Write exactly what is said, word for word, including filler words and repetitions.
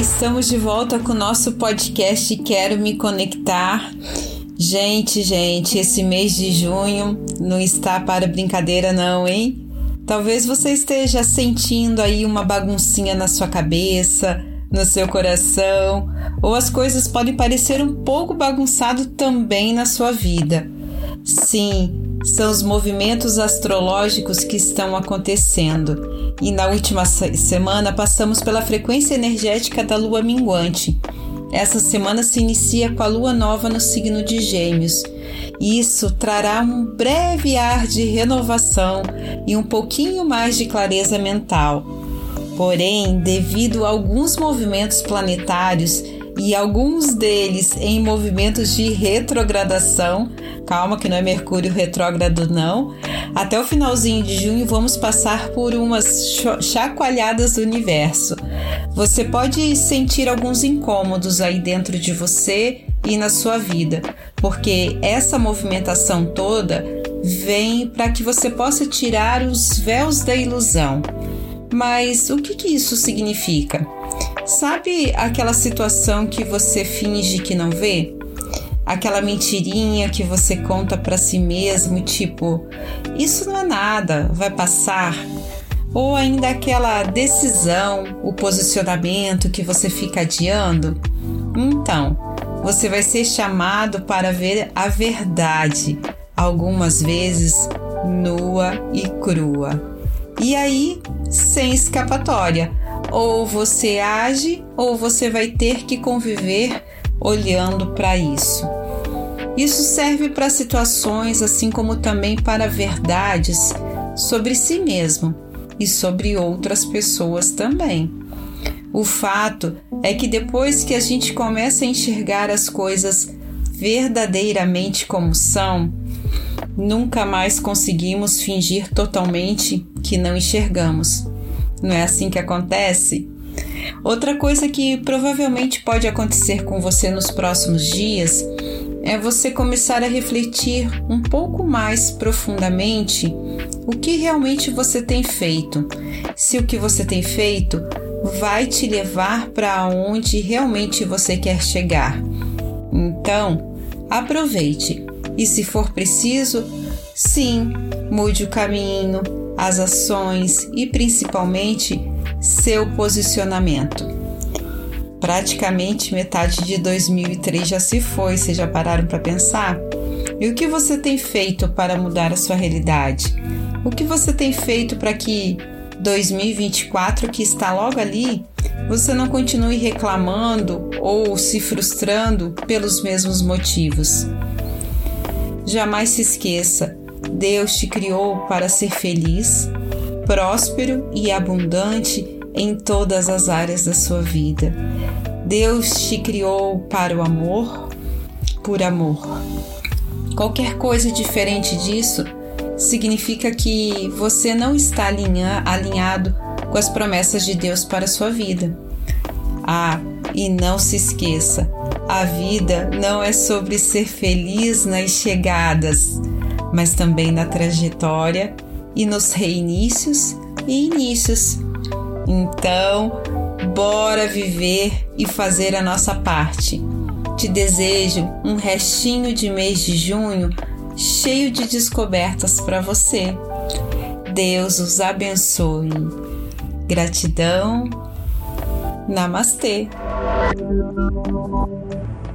estamos de volta com o nosso podcast Quero Me Conectar. Gente, gente, esse mês de junho não está para brincadeira não, hein? Talvez você esteja sentindo aí uma baguncinha na sua cabeça, no seu coração, ou as coisas podem parecer um pouco bagunçado também na sua vida. Sim, são os movimentos astrológicos que estão acontecendo. E na última semana passamos pela frequência energética da lua minguante. Essa semana se inicia com a lua nova no signo de Gêmeos. Isso trará um breve ar de renovação e um pouquinho mais de clareza mental. Porém, devido a alguns movimentos planetários e alguns deles em movimentos de retrogradação, calma que não é Mercúrio retrógrado não, até o finalzinho de junho vamos passar por umas chacoalhadas do universo. Você pode sentir alguns incômodos aí dentro de você e na sua vida, porque essa movimentação toda vem para que você possa tirar os véus da ilusão. Mas o que que isso significa? Sabe aquela situação que você finge que não vê? Aquela mentirinha que você conta para si mesmo, tipo, isso não é nada, vai passar. Ou ainda aquela decisão, o posicionamento que você fica adiando. Então, você vai ser chamado para ver a verdade, algumas vezes nua e crua. E aí, sem escapatória, ou você age ou você vai ter que conviver olhando para isso. Isso serve para situações, assim como também para verdades sobre si mesmo e sobre outras pessoas também. O fato é que depois que a gente começa a enxergar as coisas verdadeiramente como são, nunca mais conseguimos fingir totalmente que não enxergamos. Não é assim que acontece? Outra coisa que provavelmente pode acontecer com você nos próximos dias é você começar a refletir um pouco mais profundamente o que realmente você tem feito. Se o que você tem feito vai te levar para onde realmente você quer chegar. Então, aproveite e, se for preciso, sim, mude o caminho, as ações e principalmente seu posicionamento. Praticamente metade de dois mil e três já se foi, vocês já pararam para pensar? E o que você tem feito para mudar a sua realidade? O que você tem feito para que dois mil e vinte e quatro, que está logo ali, você não continue reclamando ou se frustrando pelos mesmos motivos? Jamais se esqueça, Deus te criou para ser feliz, próspero e abundante em todas as áreas da sua vida. Deus te criou para o amor, por amor. Qualquer coisa diferente disso significa que você não está alinha, alinhado com as promessas de Deus para a sua vida. Ah, e não se esqueça, a vida não é sobre ser feliz nas chegadas, mas também na trajetória e nos reinícios e inícios. Então, bora viver e fazer a nossa parte. Te desejo um restinho de mês de junho cheio de descobertas para você. Deus os abençoe. Gratidão. Namastê.